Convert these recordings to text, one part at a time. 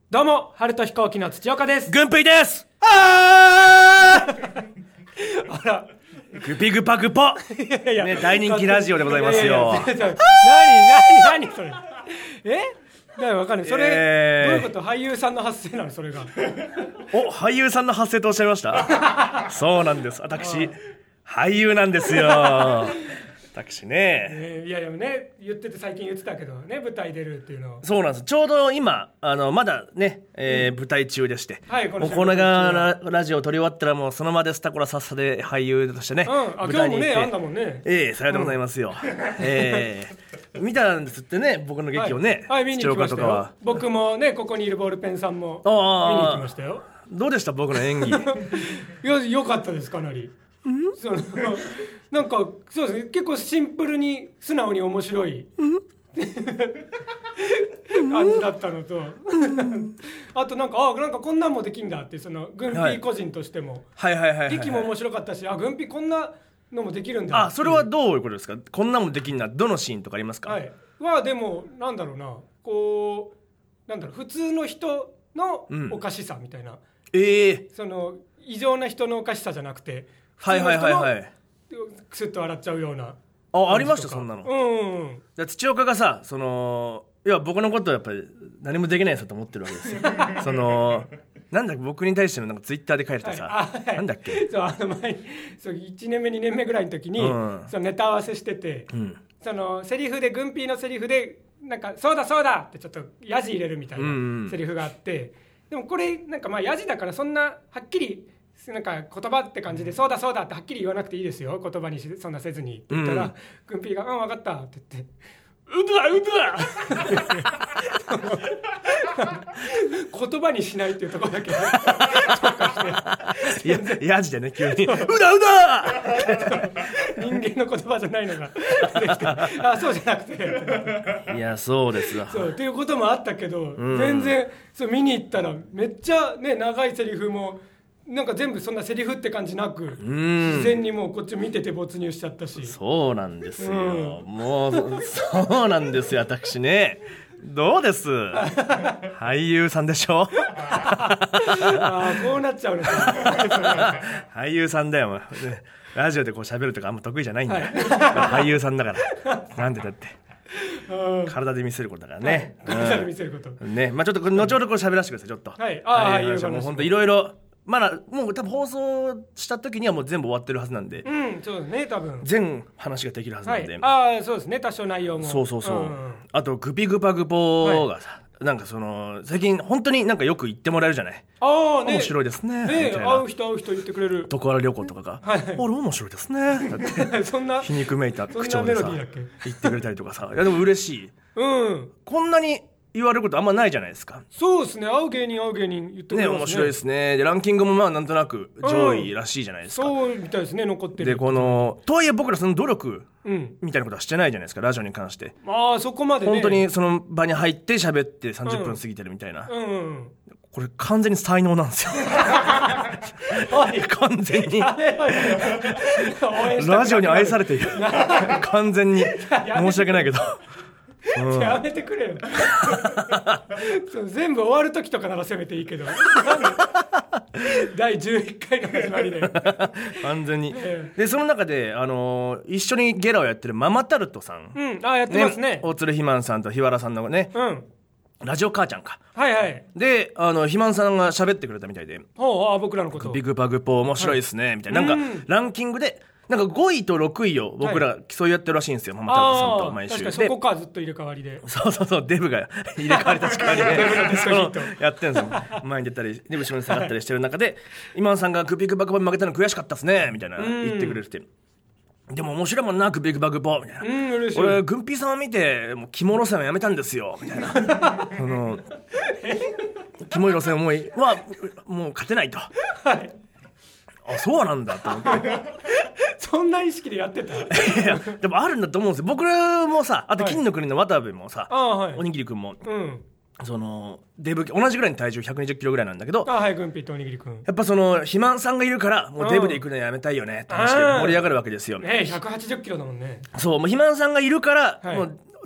どうも、春と飛行機の土岡です。 軍ピーです。 あら、 グピグパグポね、大人気ラジオでございますよ。 何それ。わかんない。それ、どういうこと？俳優さんの発声なのそれが。 お、俳優さんの発声とおっしゃいましたそうなんです。私俳優なんですよ私ね、 いやでもね、言ってて最近言ってたけどね、舞台出るっていうのを。 そうなんです。ちょうど今まだね、舞台中でして、 はい、 もうこれがラジオ撮り終わったらもうその場でスタコラさっさで俳優としてね、 舞台に行って。今日もね、あんだもんね。 さようでございますよ。見たんですってね、僕の劇をね。 はい、見に行きましたよ。僕もね、ここにいるボールペンさんも見に行きましたよ。 どうでした僕の演技？ 良かったです、かなり。なんかそうですね、結構シンプルに素直に面白い感じだったのとあとなんかこんなんもできんだって、その軍ピー個人としても劇も面白かったし、軍ピーこんなのもできるんだ。 それはどういうことですか？こんなもできんな、どのシーンとかありますか？ でもなんだろうな、こうなんだろう、普通の人のおかしさみたいな、その異常な人のおかしさじゃなくて、普通の人のクスッと笑っちゃうような。 ありましたそんなの。土岡がさ、いや僕のことはやっぱり何もできないやつだと思ってるわけですよなんだっけ、僕に対してのなんかツイッターで書いてたさ、なんだっけ、 前に1年目2年目ぐらいの時に、そのネタ合わせしてて、そのセリフで、軍ピーのセリフでなんかそうだそうだってちょっとヤジ入れるみたいなセリフがあって、でもこれなんかヤジだからそんなはっきりなんか言葉って感じで、そうだそうだってはっきり言わなくていいですよ、言葉にそんなせずにって言ったら、軍ピーが分かったって言って、う言葉にしないっていうところだけいやヤジでね、急にうだ人間の言葉じゃないのができてそうじゃなくていやそうですわ。 そうっていうこともあったけど、全然そう見に行ったらめっちゃね、長いセリフもなんか全部そんなセリフって感じなく、自然にもうこっち見てて没入しちゃったし。そうなんですよ、もうそうなんですよ。私ね、どうです俳優さんでしょこうなっちゃうね俳優さんだよ。ラジオでこう喋るとかあんま得意じゃないんだよ、俳優さんだからなんでだって体で見せることだからね、 体で見せることね。ちょっと後ほどこれ喋らせてください、ちょっと。もう本当いろいろまだもう多分放送した時にはもう全部終わってるはずなんで、 そうですね、多分全話ができるはずなんで、 そうですね、多少内容も。 あとグピグパグポがさ、なんか最近本当になんかよく言ってもらえるじゃない。面白いですねみたいな、 会う人言ってくれる。 徳原旅行とかが面白いですねだってそんな皮肉めいた口調でさ言ってくれたりとかさ、いやでも嬉しい。こんなに言われることあんまないじゃないですか。 そうですね、会う芸人言ってくれますね。 面白いですね。でランキングもなんとなく上位らしいじゃないですか。 そうみたいですね、残ってる。 でとはいえ僕らその努力みたいなことはしてないじゃないですか、ラジオに関して。 そこまでね、 本当にその場に入って喋って30分過ぎてるみたいな、これ完全に才能なんですよ完全にラジオに愛されている完全に申し訳ないけどやめてくれよ全部終わる時とかならせめていいけど第11回の始まりで完全に、でその中で、一緒にゲラをやってるママタルトさん、 やってますね。 大鶴ひまんさんと日原さんのね、ラジオ母ちゃんか。でひまんさんが喋ってくれたみたいで、 僕らのことビッグバグポ面白いですね、みたいな、なんかランキングでなんか5位と6位を僕ら競い合ってるらしいんですよ、ママタルトさんと毎週。 確かにそこか、ずっと入れ替わりで。 そうデブが入れ替わり立ち替わりでやってるんですよ。前に出たりで後ろに下がったりしてる中で、今田さんがグビグバグポに負けたの悔しかったっすねみたいな言ってくれて、でも面白いもんなグビグバグポみたいな、俺グンピーさんを見てもう肝路線をやめたんですよみたいな肝路線思いはもう勝てないと。そうなんだと思ってそんな意識でやってた。 でもあるんだと思うんですよ。僕もさ、あと金の国の渡部もさ、おにぎりくんも、デブ同じぐらいの体重120キロぐらいなんだけど、 軍ピーとおにぎりくん、 やっぱ肥満さんがいるからもうデブで行くのやめたいよねって話で盛り上がるわけですよ。 180キロだもんね。 そう、もう肥満さんがいるから、もう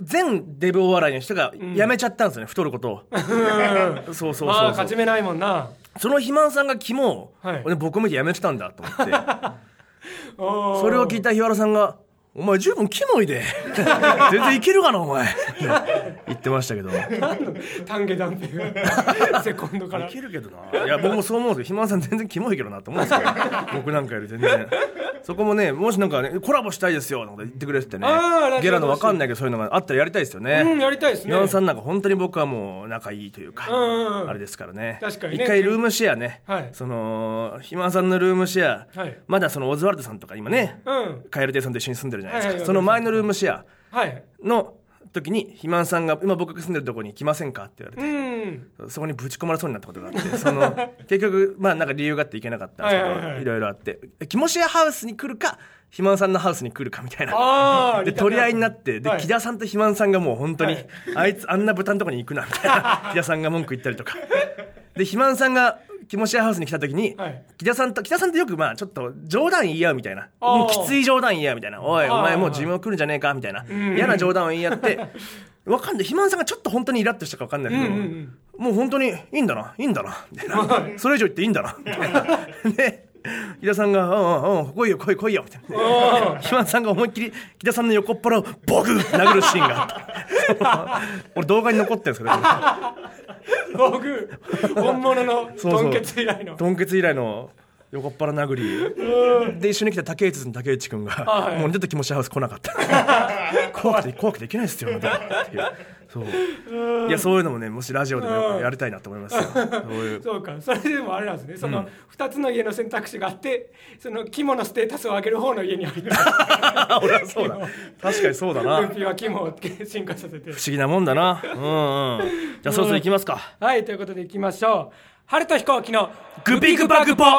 全デブお笑いの人がやめちゃったんですよね、太ることをそうそうそうそう、 勝ち目ないもんな。 その肥満さんがキモを、僕を見てやめてたんだと思ってそれを聞いた日原さんがお前十分キモいで全然いけるかなお前言ってましたけど丹下断平がセコンドからいけるけどな。いや僕もそう思うんですけど、肥満さん全然キモいけどなと思うんですけど僕なんかより全然そこもね、もしなんかねコラボしたいですよなんか言ってくれててね、ゲラの分かんないけどそういうのがあったらやりたいですよね。 やりたいですね。 肥満さんなんか本当に僕はもう仲いいというか、あれですからね。 確かにね。 一回ルームシェアね、その肥満さんのルームシェア、まだそのオズワルドさんとか今ね、蛙亭さんと一緒に住んでるじゃないですか。その前のルームシェアの時に肥満さんが今僕が住んでるところに来ませんかって言われて、そこにぶち込まれそうになったことがあってその結局まあなんか理由があって行けなかったんですけど、いろいろあってキモシェアハウスに来るか肥満さんのハウスに来るかみたいなで取り合いになって、で木田さんと肥満さんがもう本当に、あいつあんな豚のとこに行くなみたいな木田さんが文句言ったりとかで肥満さんがキモシェアハウスに来た時に、木田さんってよくまあちょっと冗談言い合うみたいな、もうきつい冗談言い合うみたいな、おいお前もう寿命来るんじゃねえかみたいな嫌な冗談を言い合ってわかんない、肥満さんがちょっと本当にイラッとしたかわかんないけど、もう本当にいいんだなみたいなそれ以上言っていいんだなみたいなで木田さんが来いよみたいな肥満さんが思いっきり木田さんの横っ腹をボグ殴るシーンがあった俺動画に残ってるんですけど僕本物のドンケツ以来の横っ腹殴りで一緒に来た竹内君がもう二度とキモシェアハウス来なかった怖くていけないですよそういやそういうのもね、もしラジオでもやりたいなと思いますよそうか、それでもあれなんですね、その2つの家の選択肢があってそのキモのステータスを上げる方の家に入った俺はそうだ確かにそうだな、 グンピーはキモを進化させて不思議なもんだな。じゃあそろそろ行きますか。 はいということで行きましょう。春と飛行機のグピグパグポ。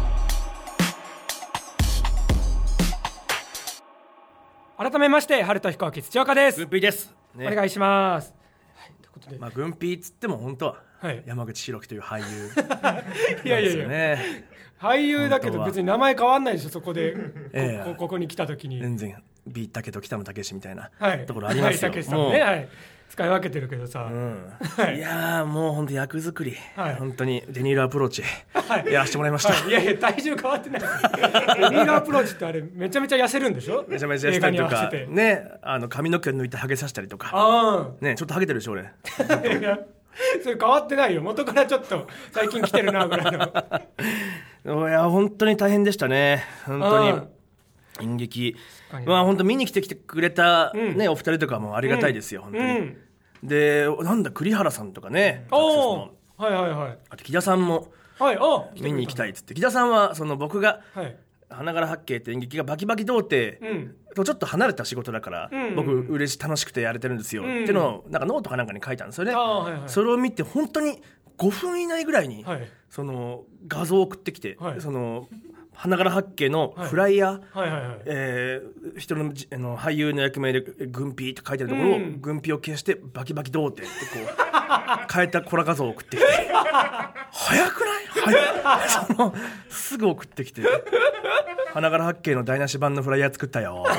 改めまして春と飛行機土岡です。 グンピーです、 お願いします。ということで、 グンピーっつっても本当は山口博樹という俳優いや俳優だけど別に名前変わんないでしょそこでここに来た時に全然ビータケと北野武みたいなところありますよ。 武さんね、使い分けてるけどさ、 いやもう本当役作り、本当にデニールアプローチやらせてもらいました。 いや体重変わってないデニールアプローチってあれめちゃめちゃ痩せるんでしょ。 めちゃめちゃ痩せたりとかね、髪の毛抜いてハゲさせたりとかね、ちょっとハゲてるでしょ俺それ変わってないよ、元からちょっと最近来てるなぐらいのいや本当に大変でしたね本当に。演劇本当見に来てくれた、お二人とかもありがたいですよ、本当に。でなんだ栗原さんとかね、あと木田さんも見に行きたいっつって、木田さんはその僕が花柄八景って演劇がバキバキ童貞とちょっと離れた仕事だから、僕楽しくてやれてるんですよ、っていうのをなんかノートかなんかに書いたんですよね。それを見て本当に5分以内ぐらいに、その画像を送ってきて、その花柄八景のフライヤー、人の俳優の役名で軍ピーって書いてるところを、軍ピーを消してバキバキ童貞ってこう変えたコラ画像を送ってきて早くないそのすぐ送ってきて花柄八景の台無し版のフライヤー作ったよ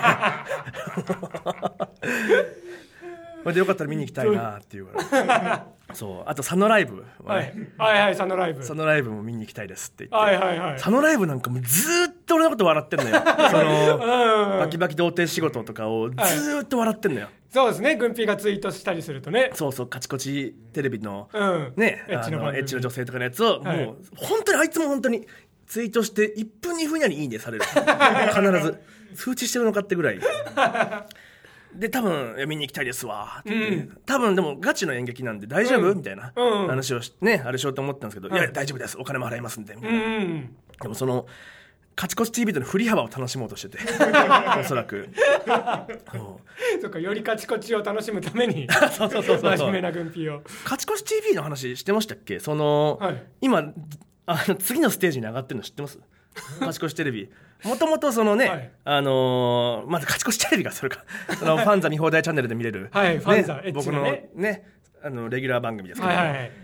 これでよかったら見に行きたいなっていうそうあと佐野ライブはね、 佐野ライブも見に行きたいですって言って、佐野ライブなんかもうずーっと俺のこと笑ってんのよそのバキバキ童貞仕事とかをずーっと笑ってんのよ。 そうですね、軍ピーがツイートしたりするとね、 そうカチコチテレビの、ねエッチの女性とかのやつを、もう本当にあいつも本当にツイートして1分2分以内にいいねされる必ず通知してるのかってぐらいで多分見に行きたいですわって言って、多分でもガチの演劇なんで大丈夫、みたいな話をねあれしようと思ったんですけど、いや大丈夫ですお金も払いますんでみたいな、でもそのカチコチ TV との振り幅を楽しもうとしてておそらくそうか、よりカチコチを楽しむためにそう真面目な軍ピーを。 カチコチ TV の話してましたっけ。その、今次のステージに上がってるの知ってますカチコチテレビ。もともとそのね、まずカチコチテレビがそれかそのファンザ見放題チャンネルで見れる、 ファンザ僕のねレギュラー番組ですけど、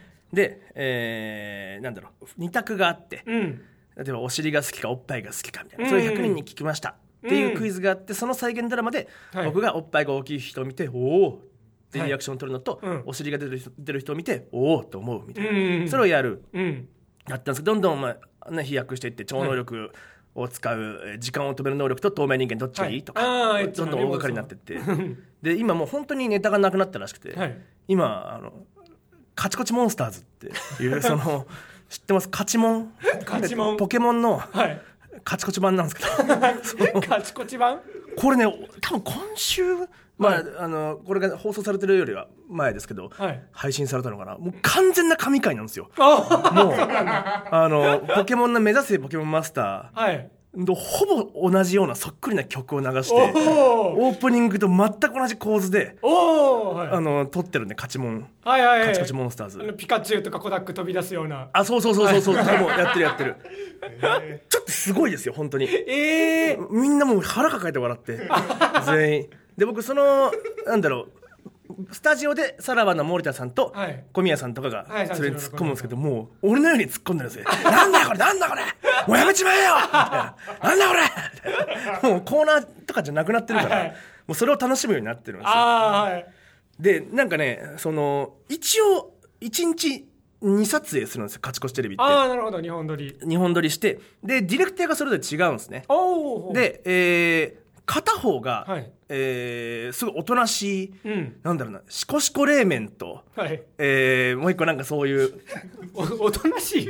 で、なんだろう2択があって、例えばお尻が好きかおっぱいが好きかみたいな、それ100人に聞きました、 っていうクイズがあって、その再現ドラマで僕がおっぱいが大きい人を見ておおってリアクションを取るのと、お尻が出る人を見ておおと思うみたいな、それをやる、やったんですけど、どんどん飛躍していって、超能力を使う時間を止める能力と透明人間どっちがいいとか、どんどん大掛かりになっていってで今もう本当にネタがなくなったらしくて、今カチコチモンスターズっていうその知ってます？カチモンポケモンのカチコチ版なんですけどカチコチ版これね、多分今週これが放送されてるよりは前ですけど、配信されたのかな。もう完全な神回なんですよ。もうポケモンの目指せポケモンマスター、ほぼ同じようなそっくりな曲を流して、オープニングと全く同じ構図で撮ってるんで、カチモン、カチコチモンスターズ、 ピカチュウとかコダック飛び出すような、 そうもうやってるちょっとすごいですよ本当に。みんなもう腹抱えて笑って全員で、僕なんだろう、スタジオでさらばの森田さんと小宮さんとかがそれに突っ込むんですけど、もう俺のように突っ込んでるんですよ。なんだよこれもうやめちまえよみたいな、なんだこれもうコーナーとかじゃなくなってるから、もうそれを楽しむようになってるんですよ。でなんかね、一応1日2撮影するんですよ、カチコチテレビって。 なるほど、2本撮りして、 でディレクターがそれぞれ違うんですね。で片方が、すごいおとなしい、なんだろうな、シコシコ冷麺と、もう一個なんかそういうおとなしい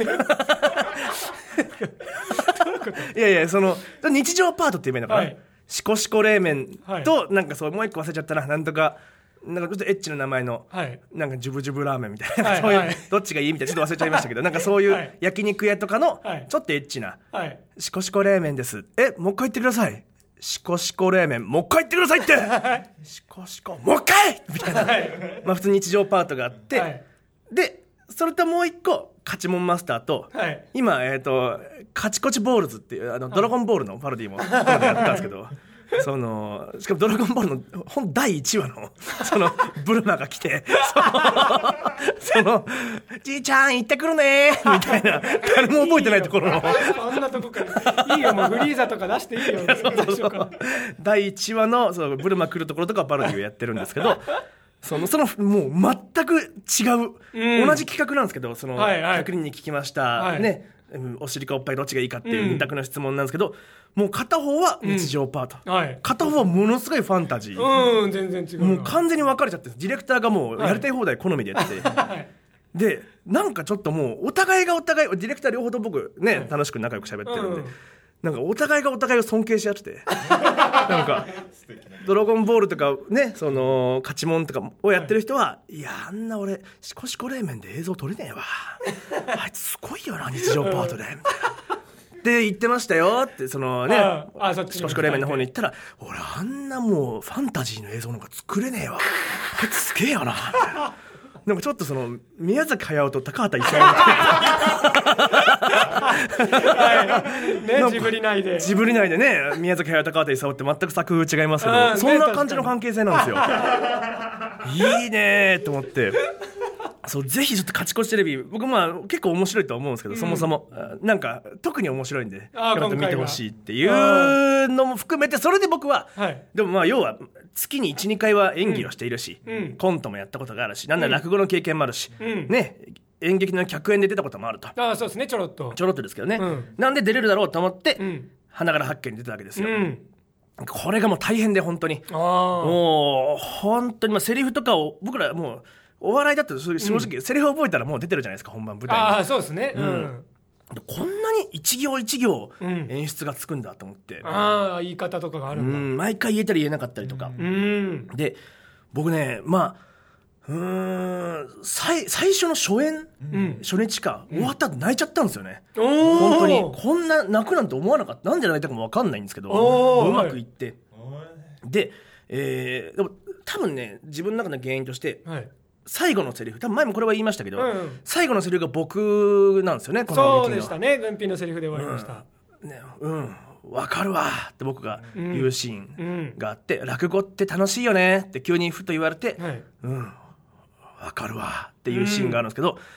いや日常パートって言えばいいのかな、シコシコ冷麺と、なんかそうもう一個忘れちゃったな、なんとかなんかちょっとエッチな名前の、なんかジュブジュブラーメンみたいな、そういうどっちがいいみたいなちょっと忘れちゃいましたけど、なんかそういう焼肉屋とかのちょっとエッチな、シコシコ冷麺です、もう一回言ってください、シコシコ冷麺もう一回言ってくださいってシコシコもう一回みたいな、普通日常パートがあって、でそれともう一個カチモンマスターと、今カチコチボールズっていうドラゴンボールのパロディーもやったんですけどしかもドラゴンボールの第1話のブルマが来てじいちゃん行ってくるねみたいな、誰も覚えてないところのそんなとこからいいよ、もうフリーザとか出していいよ第1話のブルマ来るところとかパロディをやってるんですけどもう全く違う、同じ企画なんですけど、100人に聞きました、お尻かおっぱいどっちがいいかっていう2択の質問なんですけど、もう片方は日常パート、片方はものすごいファンタジー、 全然違う、 もう完全に分かれちゃって、ディレクターがもうやりたい放題好みでやってて、でなんかちょっともうお互いディレクター両方と僕ね、楽しく仲良く喋ってるんで、なんかお互いがお互いを尊敬し合っててなんかドラゴンボールとかね、カチモンとかをやってる人は、いやあんな俺シコシコ冷麺で映像撮れねえわあいつすごいよな日常パートでみたいなって言ってましたよって、シコシコ冷麺の方に行ったら、俺あんなもうファンタジーの映像の方が作れねえわあいつすげえよななんかちょっと宮崎駿と高畑勲みたいなジブリ内でね、宮崎駿と高畑勲って全く作風違いますけど、そんな感じの関係性なんですよいいねと思って、ぜひちょっとカチコチテレビ、僕結構面白いと思うんですけど、そもそもなんか特に面白いんで見てほしいっていうのも含めて、それで僕は、でも要は月に 1,2 回は演技をしているし、コントもやったことがあるし、なんなら落語の経験もあるし、演劇の客演で出たこともあると。 そうですね、ちょろっとですけどね、なんで出れるだろうと思って、花柄発見に出たわけですよ、これがもう大変で本当に、もう本当にセリフとかを僕らもうお笑いだと正直、セリフ覚えたらもう出てるじゃないですか、本番舞台に。 そうですね、 こんなに一行一行演出がつくんだと思って、 言い方とかがあるんだ、 毎回言えたり言えなかったりとか、で僕ね、最初の初演、初日か終わった後泣いちゃったんですよね、本当にこんな泣くなんて思わなかった。なんで泣いたかも分かんないんですけど、うまくいって、でも多分ね、自分の中の原因として、最後のセリフ、多分前もこれは言いましたけど、最後のセリフが僕なんですよね、このそうでしたね、軍ピのセリフで終わりました、 分かるわって僕が言うシーンがあって、落語って楽しいよねって急にふと言われて、分かるわっていうシーンがあるんですけど、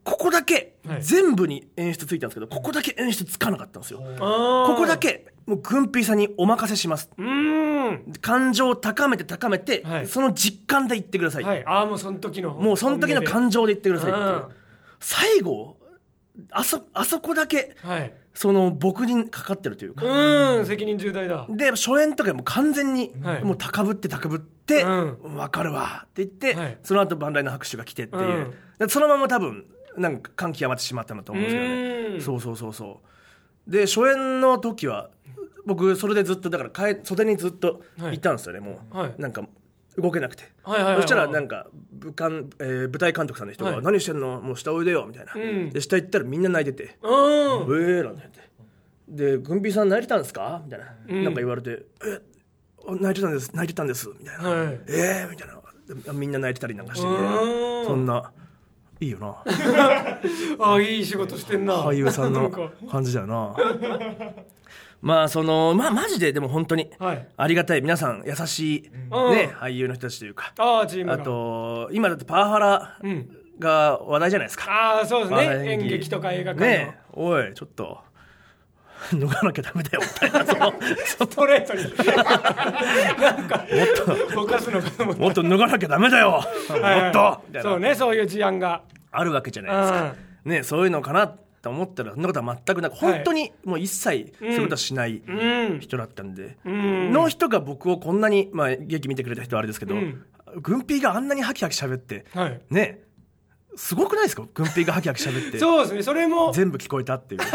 ここだけ全部に演出ついたんですけど、ここだけ演出つかなかったんですよ。ここだけもうグンピーさんにお任せします。感情を高めて、はい、その実感で言ってください、 はい、もうその時の感情で言ってくださいって。最後あそこだけ、はい、その僕にかかってるというか、 責任重大だ。 で初演とかも完全にもう高ぶって、分かるわって言って、はい、その後万来の拍手が来てっていう、そのまま多分なんか感極まってしまったんだと思うんですけどね。そうで初演の時は僕それでずっとだから袖にずっといたんですよね、もう、はい、なんか動けなくて、そしたらなんか舞台監督さんの人が、何してんの、もう下おいでよみたいな、で下行ったらみんな泣いてて、なんてでグンピーさん泣いてたんですかみたいな、なんか言われて、泣いてたんですみたいな、みたいな、みんな泣いてたりなんかして、そんないいよないい仕事してんな、 俳優さんの感じだよなマジででも本当にありがたい、皆さん優しい、ね、俳優の人たちというか、あと今だってパワハラが話題じゃないですか。 そうですね、演劇とか映画界の、ね、 おいちょっと脱がなきゃダメだよみたいなストレートになんかぼかすのかもっと脱がなきゃダメだよもっとみたいな、 そうね、そういう事案があるわけじゃないですか、ね、そういうのかなと思ったらそんなことは全くなく、本当にもう一切そういうことはしない人だったんで、の人が僕をこんなに、劇見てくれた人はあれですけど、グンピーがあんなにハキハキ喋って、ね、すごくないですか、グンピーがハキハキ喋ってそうですね、それも全部聞こえたっていう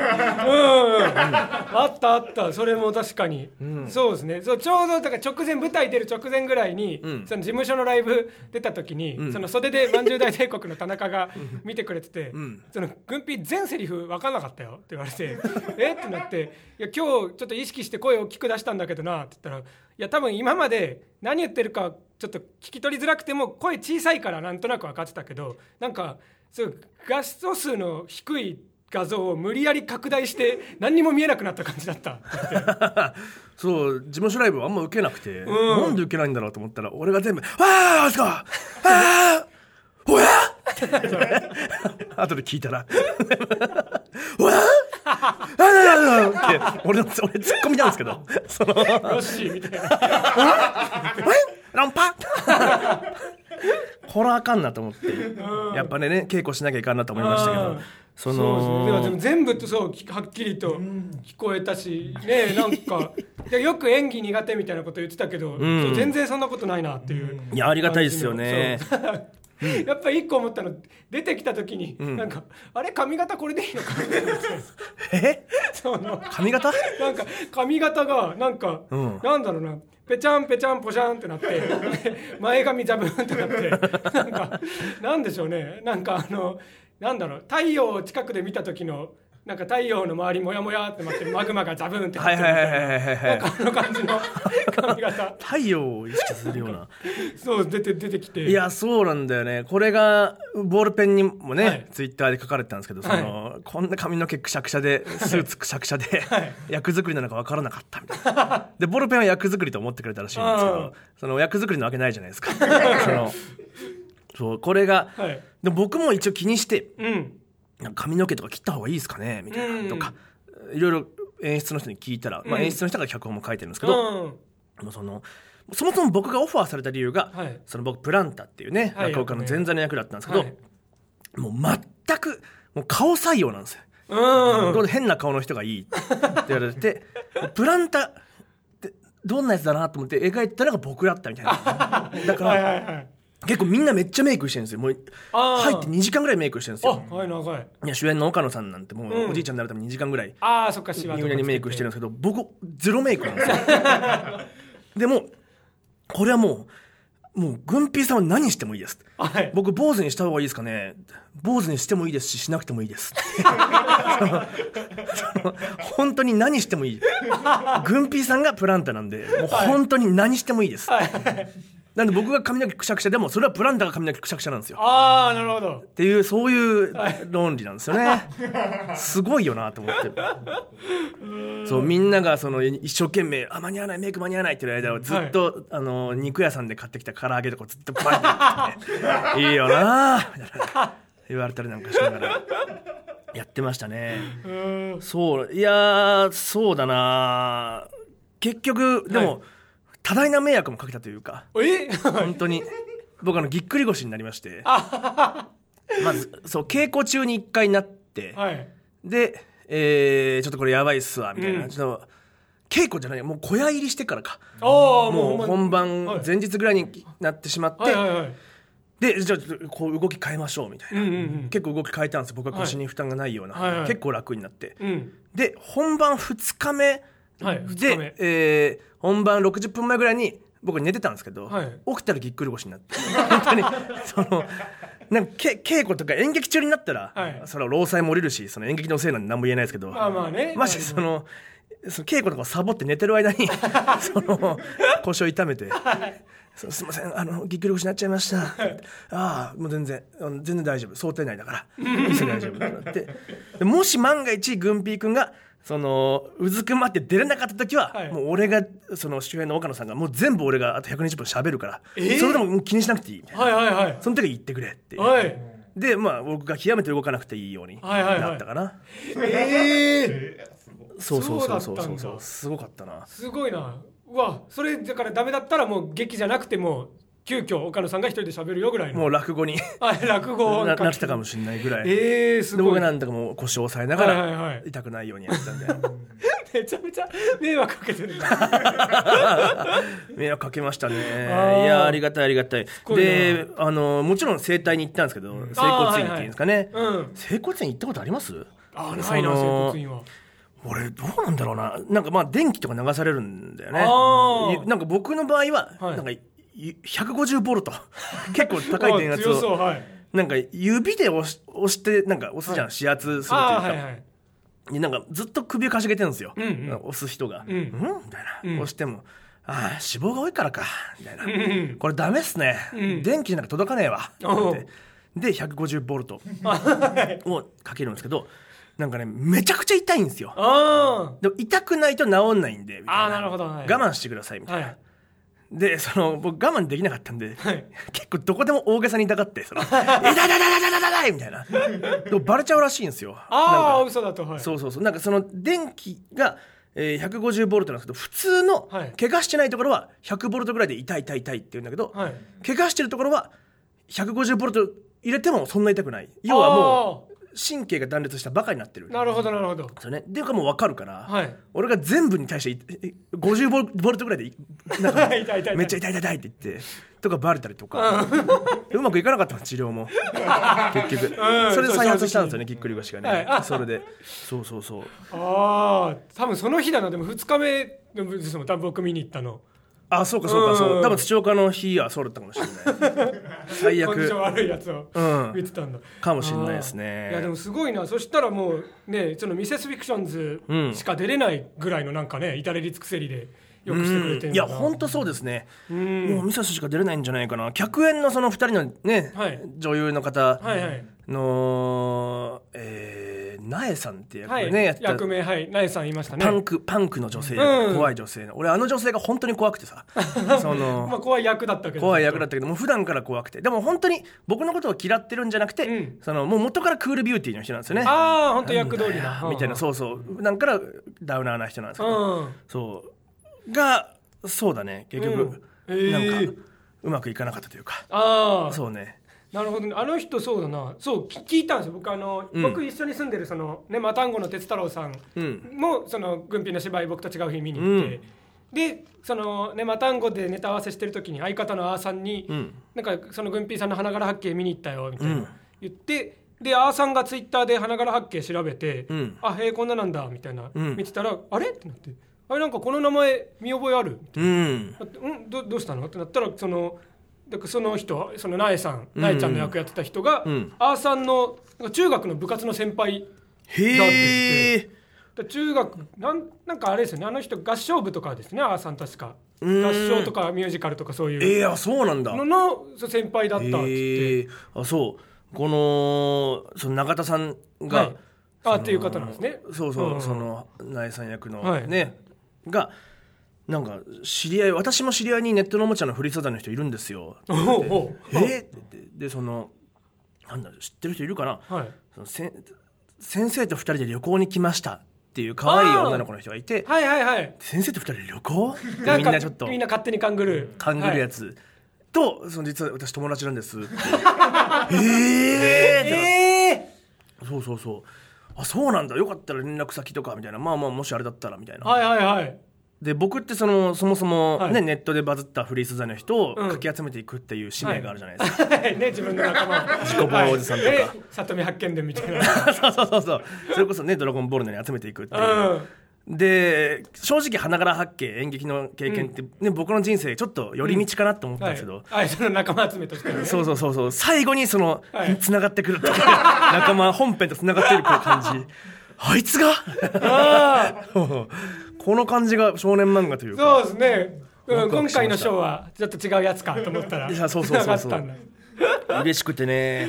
あったそれも確かに、そうですね。ちょうどだから舞台出る直前ぐらいに、その事務所のライブ出た時に、その袖でまんじゅう大帝国の田中が見てくれてて、そのグンピー全セリフ分かんなかったよって言われてってなって、いや今日ちょっと意識して声を大きく出したんだけどなって言ったら、いや多分今まで何言ってるかちょっと聞き取りづらくても声小さいからなんとなく分かってたけど、なんかそう画素数の低い画像を無理やり拡大して何にも見えなくなった感じだったそう事務所ライブはあんま受けなくて、なんで受けないんだろうと思ったら、俺が全部「ああすかあおや後で聞いたら「おやって俺ツッコミなんですけど、そのよっしーみたいなランパこれあかんなと思って、やっぱね稽古しなきゃいかんなと思いましたけど、 でも全部そうはっきりと聞こえたし、ね、なんかよく演技苦手みたいなこと言ってたけど、全然そんなことないなっていう。 いやありがたいですよねやっぱり一個思ったの、出てきた時に、なんかあれ髪型これでいいのかみたいな髪型なんか髪型がなんか、なんだろうな、ペチャンペチャンポシャンってなって前髪ザブンってなってなんでしょうね、なんかなんだろう、太陽を近くで見た時のなんか太陽の周りもやもやってなってマグマがザブンってなってるみたいな、なんか感じの髪型太陽を意識するようなそう出てきて、 いやそうなんだよね。これがボールペンにもね、ツイッターで書かれてたんですけど、こんな髪の毛くしゃくしゃでスーツくしゃくしゃで、役作りなのか分からなかったみたいなでボールペンは役作りと思ってくれたらしいんですけど、その役作りなわけないじゃないですかそうこれが、で僕も一応気にして、髪の毛とか切った方がいいですかねみたいなとか、いろいろ演出の人に聞いたら、演出の人が脚本も書いてるんですけど、そもそも僕がオファーされた理由が、その僕プランタっていうね、落語家の前座の役だったんですけど、もう全くもう顔採用なんですよ。変な顔の人がいいって言われてプランタってどんなやつだなと思って描いたのが僕だったみたいなだから結構みんなめっちゃメイクしてるんですよ。もう入って2時間ぐらいメイクしてるんですよ。いや主演の岡野さんなんてもうおじいちゃんになるために2時間ぐらい入念にメイクしてるんですけど、僕ゼロメイクなんですよでもこれはもうグンピーさんは何してもいいです、僕坊主にした方がいいですかね、坊主にしてもいいですししなくてもいいです本当に何してもいいグンピーさんがプランタなんでもう本当に何してもいいです、なんで僕が髪の毛くしゃくしゃでもそれはプランターが髪の毛くしゃくしゃなんですよ。 なるほどっていうそういう論理なんですよね、すごいよなと思ってそうみんながその一生懸命間に合わないメイク間に合わないっていう間をずっと、肉屋さんで買ってきた唐揚げとかずっとバンっていいよなみたいな言われたりなんかしながらやってましたね。そういやそうだな結局でも、多大な迷惑もかけたというか本当に僕ぎっくり腰になりましてまずそう稽古中に1回なって、で、ちょっとこれやばいっすわみたいな、ちょっと稽古じゃないもう小屋入りしてからかもう本番前日ぐらいになってしまって、でじゃあこう動き変えましょうみたいな、結構動き変えたんですよ僕は腰に負担がないような、結構楽になって、で本番2日目で、本番60分前ぐらいに僕寝てたんですけど、起きたらぎっくり腰になって本当になんか稽古とか演劇中になったら、それは労災も降りるしその演劇のせいなんで何も言えないですけど、マジその稽古とかサボって寝てる間にその腰を痛めてすいませんぎっくり腰になっちゃいましたああもう全然大丈夫想定内だから一切大丈夫だってでもし万が一グンピー君がそのうずくまって出れなかった時は、もう俺がその主演の岡野さんがもう全部俺があと120分喋るから、それでももう気にしなくていいみたいな、その時は言ってくれってで僕が極めて動かなくていいようになったかな。そうすごかったな。 すごいな。うわそれだからダメだったらもう劇じゃなくても急遽岡野さんが一人で喋るよぐらいのもう落語に落語なってたかもしれないぐらい、 すごい。 で僕なんだかもう腰を押さえながら痛くないようにやってたんでめちゃめちゃ迷惑かけてる迷惑かけましたね。いやありがたいでもちろん整体に行ったんですけど、整骨院っていうんですかね、整骨院行ったことあります？ ないな整骨院は。 俺どうなんだろうな、なんかまあ電気とか流されるんだよね。なんか僕の場合はなんか150ボルト結構高い電圧をなんか指で押してなんか押すじゃん、指圧するというか、なんかずっと首をかしげてるんですよ、押す人が、みたいな、押しても脂肪が多いからかみたいな、これダメっすね、電気なんか届かねえわってで150ボルトをかけるんですけど、なんかねめちゃくちゃ痛いんですよ。でも痛くないと治んないんでみたいな、 なるほど、 我慢してくださいみたいな、で僕我慢できなかったんで、結構どこでも大げさに痛がって痛いみたいなでもバレちゃうらしいんですよ。 嘘だと。 そうなんかその電気が150ボルトなんですけど、普通の怪我してないところは100ボルトぐらいで痛いって言うんだけど、怪我してるところは150ボルト入れてもそんな痛くない。要はもう神経が断裂したバカになってる。 なるほどそうね。でいうかもう分かるから、俺が全部に対して50ボルトぐらいでなんかめっちゃ痛いって言ってとかバレたりとか、うまくいかなかったの治療も結局それで再発したんですよね、ぎっくり腰がね。それでそう多分その日だな。でも2日目ですもん、多分僕見に行ったの。 そうか多分土岡の日はそうだったかもしれない最悪コンディション悪いやつを見てたんだ、 かもしれないですね。 いやでもすごいな。そしたらもうね、そのミセスフィクションズしか出れないぐらいのなんかね、至れり尽くせりでよくしてくれてるんだな。 いや本当そうですね。もうミセスしか出れないんじゃないかな。客演のその2人のね、女優の方の苗さんって役ね、やってた役名苗さんいましたね。 パンクの女性、怖い女性の。俺女性が本当に怖くてさその怖い役だったけどもう普段から怖くて、でも本当に僕のことを嫌ってるんじゃなくて、そのもう元からクールビューティーの人なんですよね。 本当役通りだみたいな。そう普段からダウナーな人なんですけど、そうだね結局、なんかうまくいかなかったというか。そうね。 なるほどね。あの人そうだな。そう聞いたんですよ。僕一緒に住んでるそのねマタンゴの哲太郎さんもその軍備の芝居僕と違う日見に行って、でそのねマタンゴでネタ合わせしてる時に相方のアーさんに、なんかその軍備さんの花柄八景見に行ったよみたいな言って、でアーさんがツイッターで花柄八景調べて、こんななんだみたいな、見てたらあれってなって、なんかこの名前見覚えあるみたいな、どうしたのってなったら、その人、その苗ちゃんの役やってた人が、アーさんの中学の部活の先輩だって言って、中学なんかあれですよね、あの人合唱部とかですね、アーさん確か合唱とかミュージカルとかそういうそうなんだの先輩だったって言って、 そうこのその永田さんが、 っていう方なんですね。 その苗さん役のねがなんか私も知り合いにネットのおもちゃのフリー素材の人いるんですよって言ってでそのなんだ知ってる人いるかな、 はい、 その先生と2人で旅行に来ましたっていう可愛い女の子の人がいて、 はいはいはい、 先生と2人で旅行みんなちょっとみんな勝手に勘ぐるやつ、はい、とその実は私友達なんですってそうそうそう、あそうなんだ、よかったら連絡先とかみたいな、まあまあもしあれだったらみたいな、 はいはいはい。 で僕ってそもそも、ね、 はい、 ネットでバズったフリー素材の人をかき集めていくっていう使命があるじゃないですか、 はいね、自分の仲間自己防衛おじさんとか、 里見八犬伝みたいなそうそれこそねドラゴンボールのように集めていくっていう、で正直花柄八景演劇の経験って、ね、僕の人生ちょっと寄り道かなと思ったんですけど、 はい、その仲間集めとして、ね、 そう最後にその、つながってくるっていう仲間本編とつながっている感じあいつがこの感じが少年漫画というか、 そうですね、今回のショーはちょっと違うやつかと思ったらそう嬉しくてね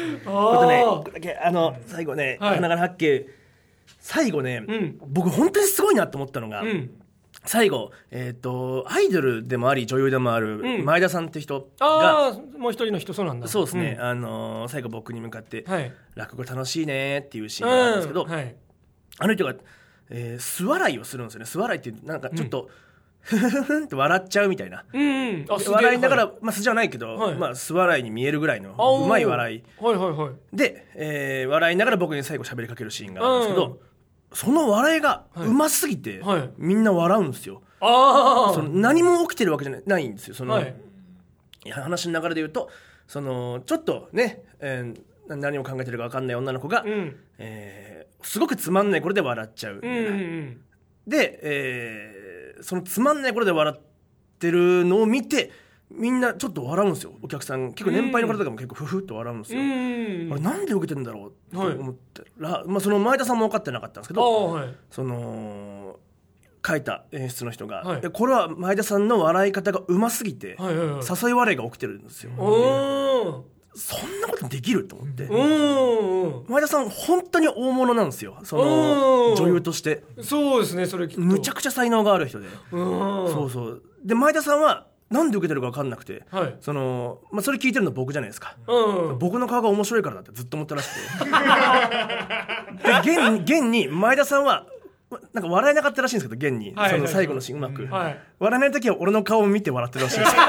最後ね、花柄八景最後ね、僕本当にすごいなと思ったのが、最後、アイドルでもあり女優でもある前田さんって人が、 もう一人の人、そうなんだ。 そうですね、最後僕に向かって、落語楽しいねっていうシーンがあるんですけど、あの人が、素笑いをするんですよね。素笑いってなんかちょっと、ふふふんって笑っちゃうみたいな、笑いながら、まあ素じゃないけど、まあ素笑いに見えるぐらいのうまい笑い、で、笑いながら僕に最後喋りかけるシーンがあるんですけど、その笑いがうますぎて、みんな笑うんですよ。その何も起きてるわけじゃないんですよ。その、話の流れで言うと、そのちょっとね、何を考えてるか分かんない女の子が、すごくつまんない頃で笑っちゃう、で、そのつまんない頃で笑ってるのを見てみんなちょっと笑うんですよ。お客さん結構年配の方とかも結構フフッと笑うんですよ。あれなんで受けてるんだろうと思ってら、まあ、その前田さんも分かってなかったんですけど、その書いた演出の人が、これは前田さんの笑い方がうますぎて、誘い笑いが起きてるんですよ。そんなことできると思って、前田さん本当に大物なんですよ、その女優として。 そうですね、それむちゃくちゃ才能がある人で、そうで前田さんはなんで受けてるか分かんなくて、そのまあ、それ聞いてるの僕じゃないですか、僕の顔が面白いからだってずっと思ったらしくてで現に前田さんはなんか笑えなかったらしいんですけど、現に、その最後のシーンうまく、笑えない時は俺の顔を見て笑ってるらしいんですよ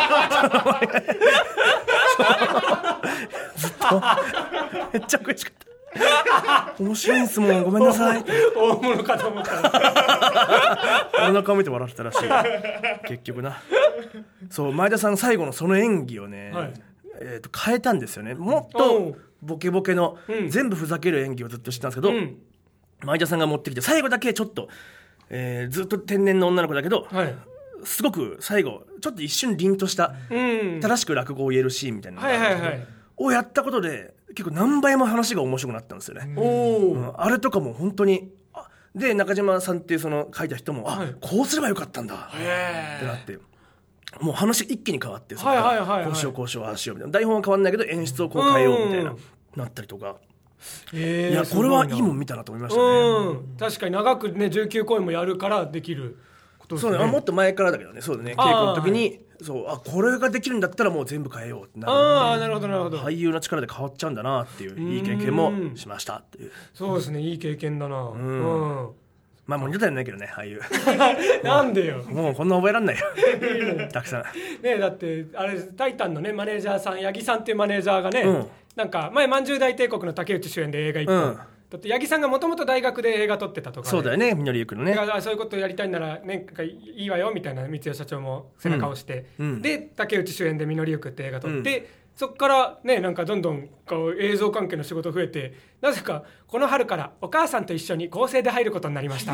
ずっとめっちゃ悔しかった面白いんすもん、ごめんなさい大物かと思ったら俺の顔見て笑ってたらしい結局な。そう前田さん最後のその演技をね、変えたんですよね。もっとボケボケの、全部ふざける演技をずっとしてたんですけど、前田さんが持ってきて最後だけちょっと、ずっと天然の女の子だけど、すごく最後ちょっと一瞬凛とした、正しく落語を言えるシーンみたいなのをやったことで結構何倍も話が面白くなったんですよね。あれとかも本当にで中島さんっていうその書いた人も、こうすればよかったんだってなって、もう話一気に変わって、こうしようこうしようああしようみたいな、台本は変わんないけど演出をこう変えようみたいななったりとか、いやこれはいいもん見たなと思いましたね。 確かに長くね19公演もやるからできることですね。 そうね、もっと前からだけどね。そうだね、稽古の時に、これができるんだったらもう全部変えようってなる。なるほどなるほど。俳優の力で変わっちゃうんだなっていういい経験もしましたっていう。 そうですね、いい経験だな。 まあもう二度とやんないけどね、俳優なんでよ、 もうこんな覚えらんないよたくさんね。だってあれタイタンのねマネージャーさん、八木さんっていうマネージャーがね、なんか前まんじゅう大帝国の竹内主演で映画一本、だって八木さんがもともと大学で映画撮ってたとか、 そうだよね、みのりゆくのね。 そういうことやりたいなら、ね、いいわよみたいな三代社長も背中を押して、で竹内主演でみのりゆくって映画撮って、そこからね、なんかどんどんこう映像関係の仕事増えて、なぜかこの春からお母さんと一緒に構成で入ることになりました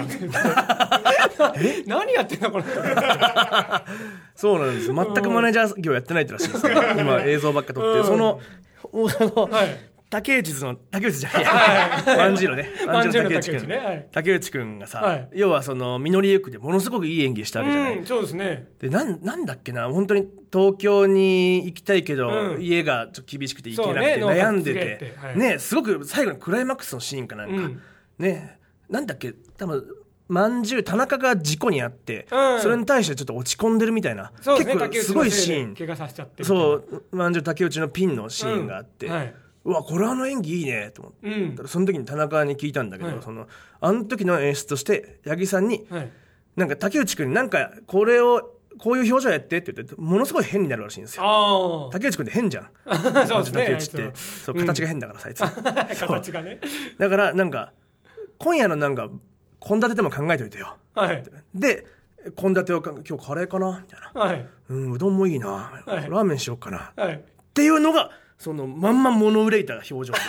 何やってんのこの人そうなんです、全くマネージャー業やってないってらしいです今映像ばっか撮って、その竹内じゃないまんじゅうのね、竹内くんがさ、要はそのみのりゆくでものすごくいい演技したわけじゃない。 そうですね。 でなんだっけな、本当に東京に行きたいけど、家がちょっと厳しくて行けなくて悩んでてね、すごく最後のクライマックスのシーンかなんか、ね、なんだっけ、多分まんじゅう田中が事故にあって、それに対してちょっと落ち込んでるみたいな、結構すごいシーン、 怪我させちゃって、 そうまんじゅう竹内のピンのシーンがあって、 うわこれ演技いいねと思って、その時に田中に聞いたんだけど、あの時の演出として八木さんに、なんか竹内くんになんかこういう表情やってって言ってものすごい変になるらしいんですよ。竹内くんって変じゃんそうですね、 竹内ってそう形が変だからさ、あいつ形がね。 だからなんか今夜のなんか献立でも考えておいてよ、で献立を今日カレーかなみたいな、うどんもいいな、ラーメンしようかな、っていうのがそのまんま物憂いた表情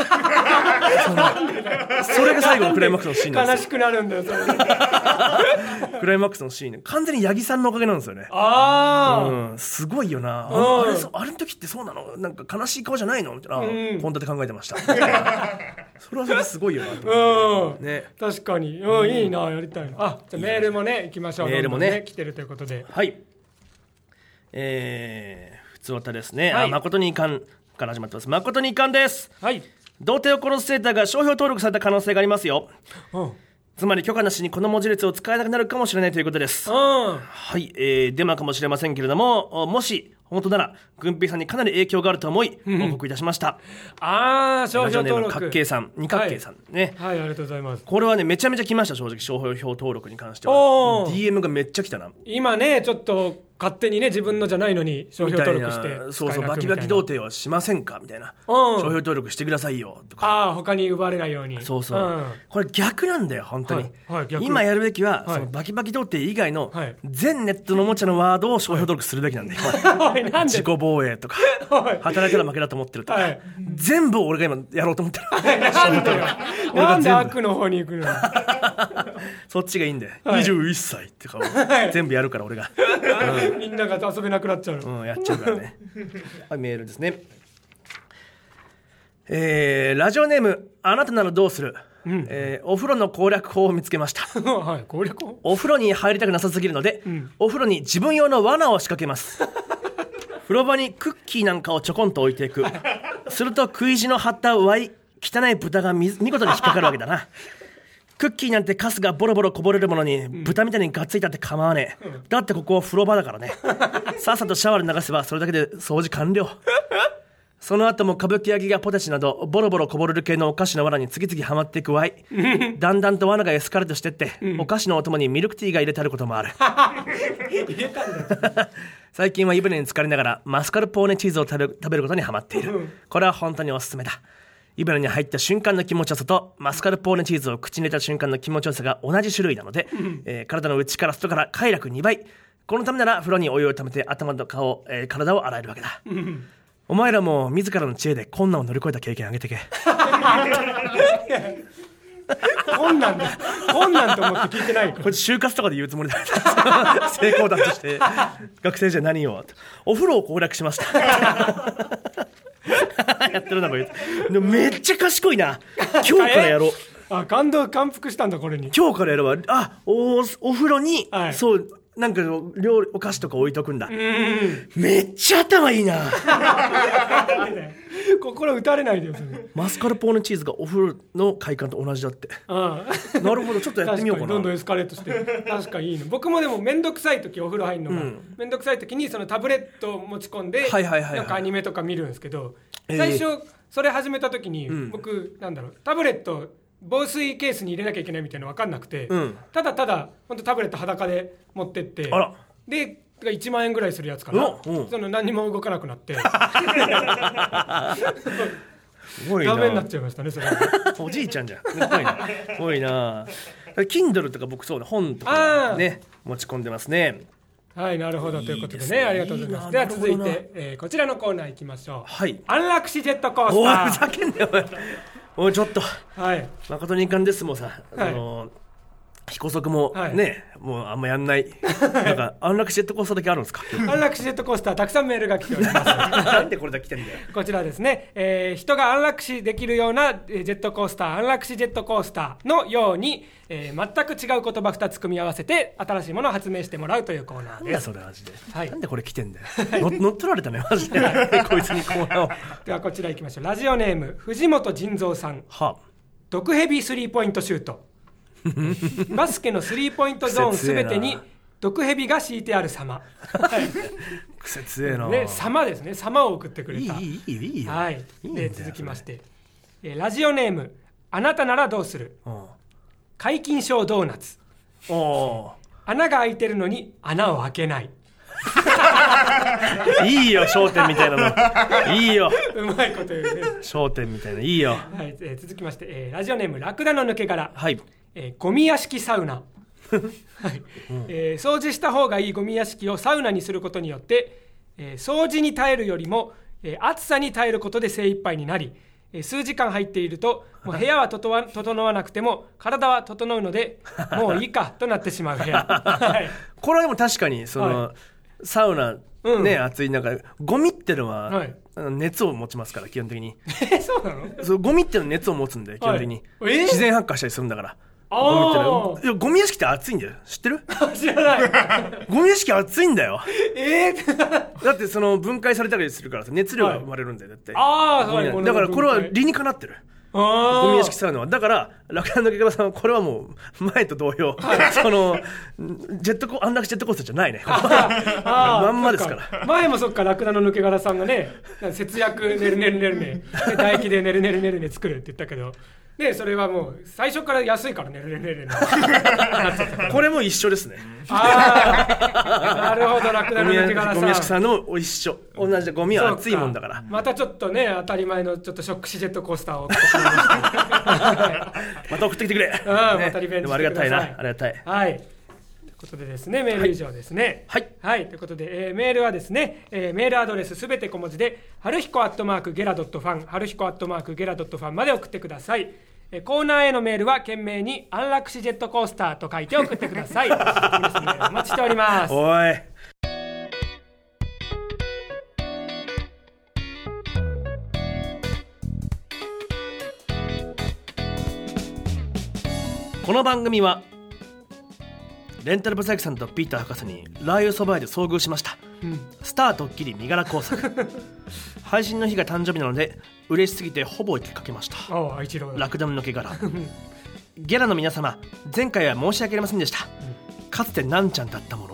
それが最後のクライマックスのシーンなんですよ。 悲しくなるんだよそれクライマックスのシーン完全に八木さんのおかげなんですよね。すごいよな、あれの時ってそうなの、なんか悲しい顔じゃないのみたいな、献立考えてましたそれはそれすごいよなと、 確かに、いいな、やりたいな。じゃあメールもね行きましょう。 メールもね来てるということで、 はい、普通歌ですね、誠に遺憾から始まってます。誠に遺憾です。童貞を殺すセーターが商標登録された可能性がありますよ。つまり許可なしにこの文字列を使えなくなるかもしれないということです。はい、デマかもしれませんけれども、もし本当なら軍平さんにかなり影響があると思い報告いたしました。 商標登録角形さん、二角形さんね、 ありがとうございます。 これはねめちゃめちゃ来ました。正直商標登録に関しては DM がめっちゃ来たな。 今ねちょっと勝手にね自分のじゃないのに商標登録してそうバキバキ童貞はしませんかみたいな、商標登録してくださいよとか、 他に奪われないように。 そう、これ逆なんだよ本当に、今やるべきは、そのバキバキ童貞以外の全ネットのおもちゃのワードを商標登録するべきなんだよ自己防衛とか働いたら負けだと思ってるとか、全部俺が今やろうと思ってるなんで悪の方に行くのそっちがいいんで、21歳って顔全部やるから俺がみんなが遊べなくなっちゃう、 やっちゃうからねメールですね。ラジオネームあなたならどうする、お風呂の攻略法を見つけました攻略法。 お風呂に入りたくなさすぎるので、お風呂に自分用の罠を仕掛けます風呂場にクッキーなんかをちょこんと置いていくすると食い地の張った汚い豚が見事に引っかかるわけだなクッキーなんてカスがボロボロこぼれるものに、豚みたいにガッツいたって構わねえ、だってここは風呂場だからねさっさとシャワーで流せばそれだけで掃除完了その後も歌舞伎焼きがポテチなどボロボロこぼれる系のお菓子の罠に次々はまっていくわいだんだんと罠がエスカレートしてって、お菓子のお供にミルクティーが入れてあることもある入れたんだ最近は湯船に浸かりながらマスカルポーネチーズを食べることにハマっている、これは本当におすすめだ。湯船に入った瞬間の気持ちよさとマスカルポーネチーズを口に入れた瞬間の気持ちよさが同じ種類なので、体の内から外から快楽2倍。このためなら風呂にお湯をためて頭と顔、体を洗えるわけだ、お前らも自らの知恵で困難を乗り越えた経験あげてけ困難と思って聞いてないこれ就活とかで言うつもりだ成功談として学生じゃ何をお風呂を攻略しましたやってるなこれでもめっちゃ賢いな。今日からやろう感服したんだこれに。 今日からやればお風呂に、そうなんかお菓子とか置いとくんだ。めっちゃ頭いいな心打たれないでよそれ。 マスカルポーネチーズがお風呂の快感と同じだってなるほど、ちょっとやってみようかな。 どんどんエスカレートして確かにいいの。僕もでもめんどくさい時お風呂入るのが、めんどくさい時にそのタブレットを持ち込んでなんかアニメとか見るんですけど、最初それ始めた時に、僕タブレット防水ケースに入れなきゃいけないみたいなの分かんなくて、ただ本当タブレット裸で持ってってで1万円ぐらいするやつかな、その何も動かなくなってすごいな、 ダメになっちゃいましたねそれおじいちゃんじゃん。すごいな。Kindle とか僕そうだ本とかね持ち込んでますね。 はい、なるほどということでね、ありがとうございます。では続いて、こちらのコーナー行きましょう。安楽死ジェットコースター。 おいふざけんなよおいちょっと、誠に遺憾ですもんさ、飛行速もね、もうあんまやんないなんか安楽死ジェットコースターだけあるんですか安楽死ジェットコースターたくさんメールが来ておりますなんでこれだけ来てんだよ。 こちらですね、人が安楽死できるようなジェットコースター、安楽死ジェットコースターのように、全く違う言葉2つ組み合わせて新しいものを発明してもらうというコーナーです。 なんだそれマジで、なんでこれ来てんだよ乗っ取られたねマジでこいつにコーナーをではこちら行きましょう。ラジオネーム藤本腎蔵さん。毒ヘビスリーポイントシュートバスケのスリーポイントゾーンすべてに毒ヘビが敷いてある様癖強えな、 ね、様ですね、様を送ってくれた。 いいよ、 はい、で続きまして、ラジオネームあなたならどうする、皆勤賞ドーナツ。穴が開いてるのに穴を開けない。 いいよ、笑点みたいなの。いいよ、 うまいこと言うね。 笑点みたいな、いいよ。 はい、続きまして、ラジオネームラクダの抜け殻。 はい。 ゴミ屋敷サウナ。はい掃除した方がいいゴミ屋敷をサウナにすることによって、掃除に耐えるよりも、暑さに耐えることで精一杯になり、数時間入っているともう部屋は整わなくても体は整うのでもういいかとなってしまう部屋。はい、 これはでも確かにその、はい、サウナね、暑い中ゴミってのは、はい、熱を持ちますから基本的に。 そうなの？ そう、ゴミってのは熱を持つんで基本的に、 はい、 自然発火したりするんだから。ゴミ屋敷って暑いんだよ、知ってる？ 知らない。 ゴミ屋敷暑いんだよ。だってその分解されたりするからさ、熱量が生まれるんだよ、だって。だからこれは理にかなってる、ゴミ屋敷サウナは。だからラクダの抜け殻さんはこれはもう前と同様、その安楽ジェットコースターじゃないね。まんまですから。 前もそっか、ラクダの抜け殻さんがね、節約ねるねるねるね、唾液でねるねるねるね作るって言ったけどね、それはもう最初から安いからねるねるねこれも一緒ですね。 なるほど、ラクダの抜け殻さん、 ゴミ屋敷さんの一緒、同じでゴミは熱いもんだから。 またちょっとね、当たり前のちょっとショックシジェットコースターを送ってしまいましたまた送ってきてくれ。 またリベンジしてください。 ありがたいな、ありがたい。 はい、ということでですね、メール以上ですね。 はい、 はい、ということで、メールはですね、メールアドレスすべて小文字ではるひこ@gera.fun、はるひこ@gera.fun まで送ってください。コーナーへのメールは懸命に安楽死ジェットコースターと書いて送ってください。皆さんメールお待ちしております。 おい、この番組はレンタルブサイクさんとピーター博士にラー油そば屋で遭遇しました、スタードッキリ身柄工作。配信の日が誕生日なので嬉しすぎてほぼ行きかけました。ラクダの抜け殻。ゲラの皆様、前回は申し訳ありませんでした、かつてなんちゃんだったもの。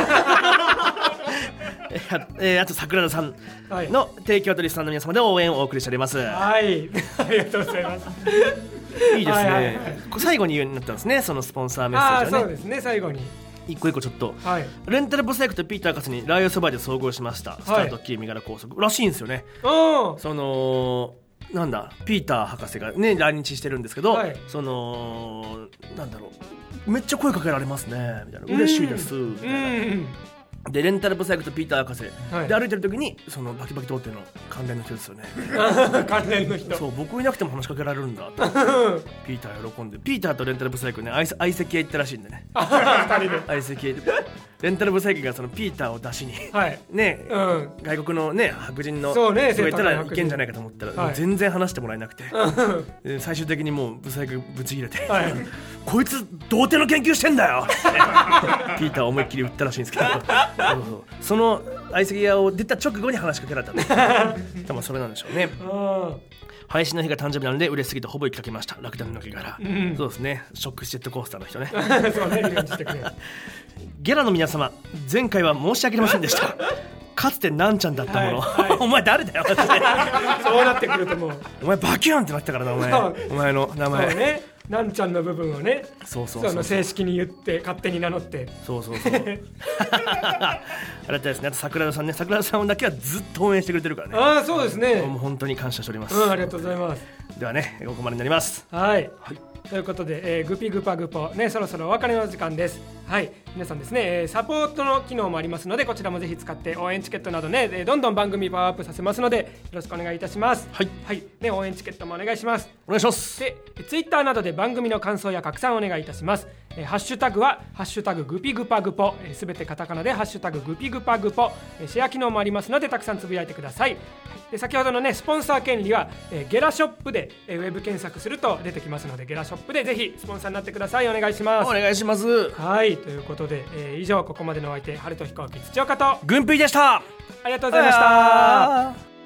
あと桜田さんの提供とリスナーの皆様で応援をお送りしております。 はい、ありがとうございます。 いいですね、最後に言うようになったんですね、そのスポンサーメッセージはね。 そうですね、最後に一個一個ちょっと、レンタルブサイクとピーター博士にラー油そばで遭遇しました、スタードッキリ身柄拘束らしいんですよね。そのなんだ、ピーター博士がね来日してるんですけど、そのなんだろう、めっちゃ声かけられますねみたいな、嬉しいですみたいな。でレンタルブサイクとピーター博士、で歩いてる時にそのバキバキ通ってるの関連の人ですよね。 関連の人。 そう、僕いなくても話しかけられるんだとピーター喜んで、ピーターとレンタルブサイクね、相席屋行ったらしいんでね。 2人で相席屋でレンタルブサイクがそのピーターを出しに、ね、外国のね白人の人がいたらいけんじゃないかと思ったら、全然話してもらえなくて、最終的にもうブサイクぶち切れて、こいつ童貞の研究してんだよピーターを思いっきり売ったらしいんですけどその相席屋を出た直後に話しかけられたの多分それなんでしょうね。配信の日が誕生日なので嬉しすぎてほぼ行きかけました、ラクダの抜け殻。そうですね、ショックジェットコースターの人ね。 そうね、リベンジしてくれ。 ゲラの皆様、前回は申し訳ありませんでした、かつてなんちゃんだったもの、お前誰だよそうなってくるともうお前バキューンってなったからな、お前の名前。 そうね、なんちゃんの部分をね、その正式に言って勝手に名乗って。 そうありがたいですね。あと桜田さんね、桜田さんだけはずっと応援してくれてるからね。 そうですね、 もう本当に感謝しております。 ありがとうございます。 ではね、ここまでになります。 ということで、グピグパグポね、そろそろお別れの時間です。はい、皆さんですね、サポートの機能もありますので、こちらもぜひ使って応援チケットなどね、どんどん番組パワーアップさせますのでよろしくお願いいたします。ね、応援チケットもお願いします。 お願いします。 で、ツイッターなどで番組の感想や拡散をお願いいたします。ハッシュタグはハッシュタググピグパグポ、すべてカタカナでハッシュタググピグパグポ、シェア機能もありますのでたくさんつぶやいてください。で、先ほどのねスポンサー権利は、ゲラショップで、ウェブ検索すると出てきますので、ゲラショップでぜひスポンサーになってください。お願いします。 お願いします。 はい、ということで、以上ここまでのお相手、春と飛行機土岡と軍ピーでした。 ありがとうございました。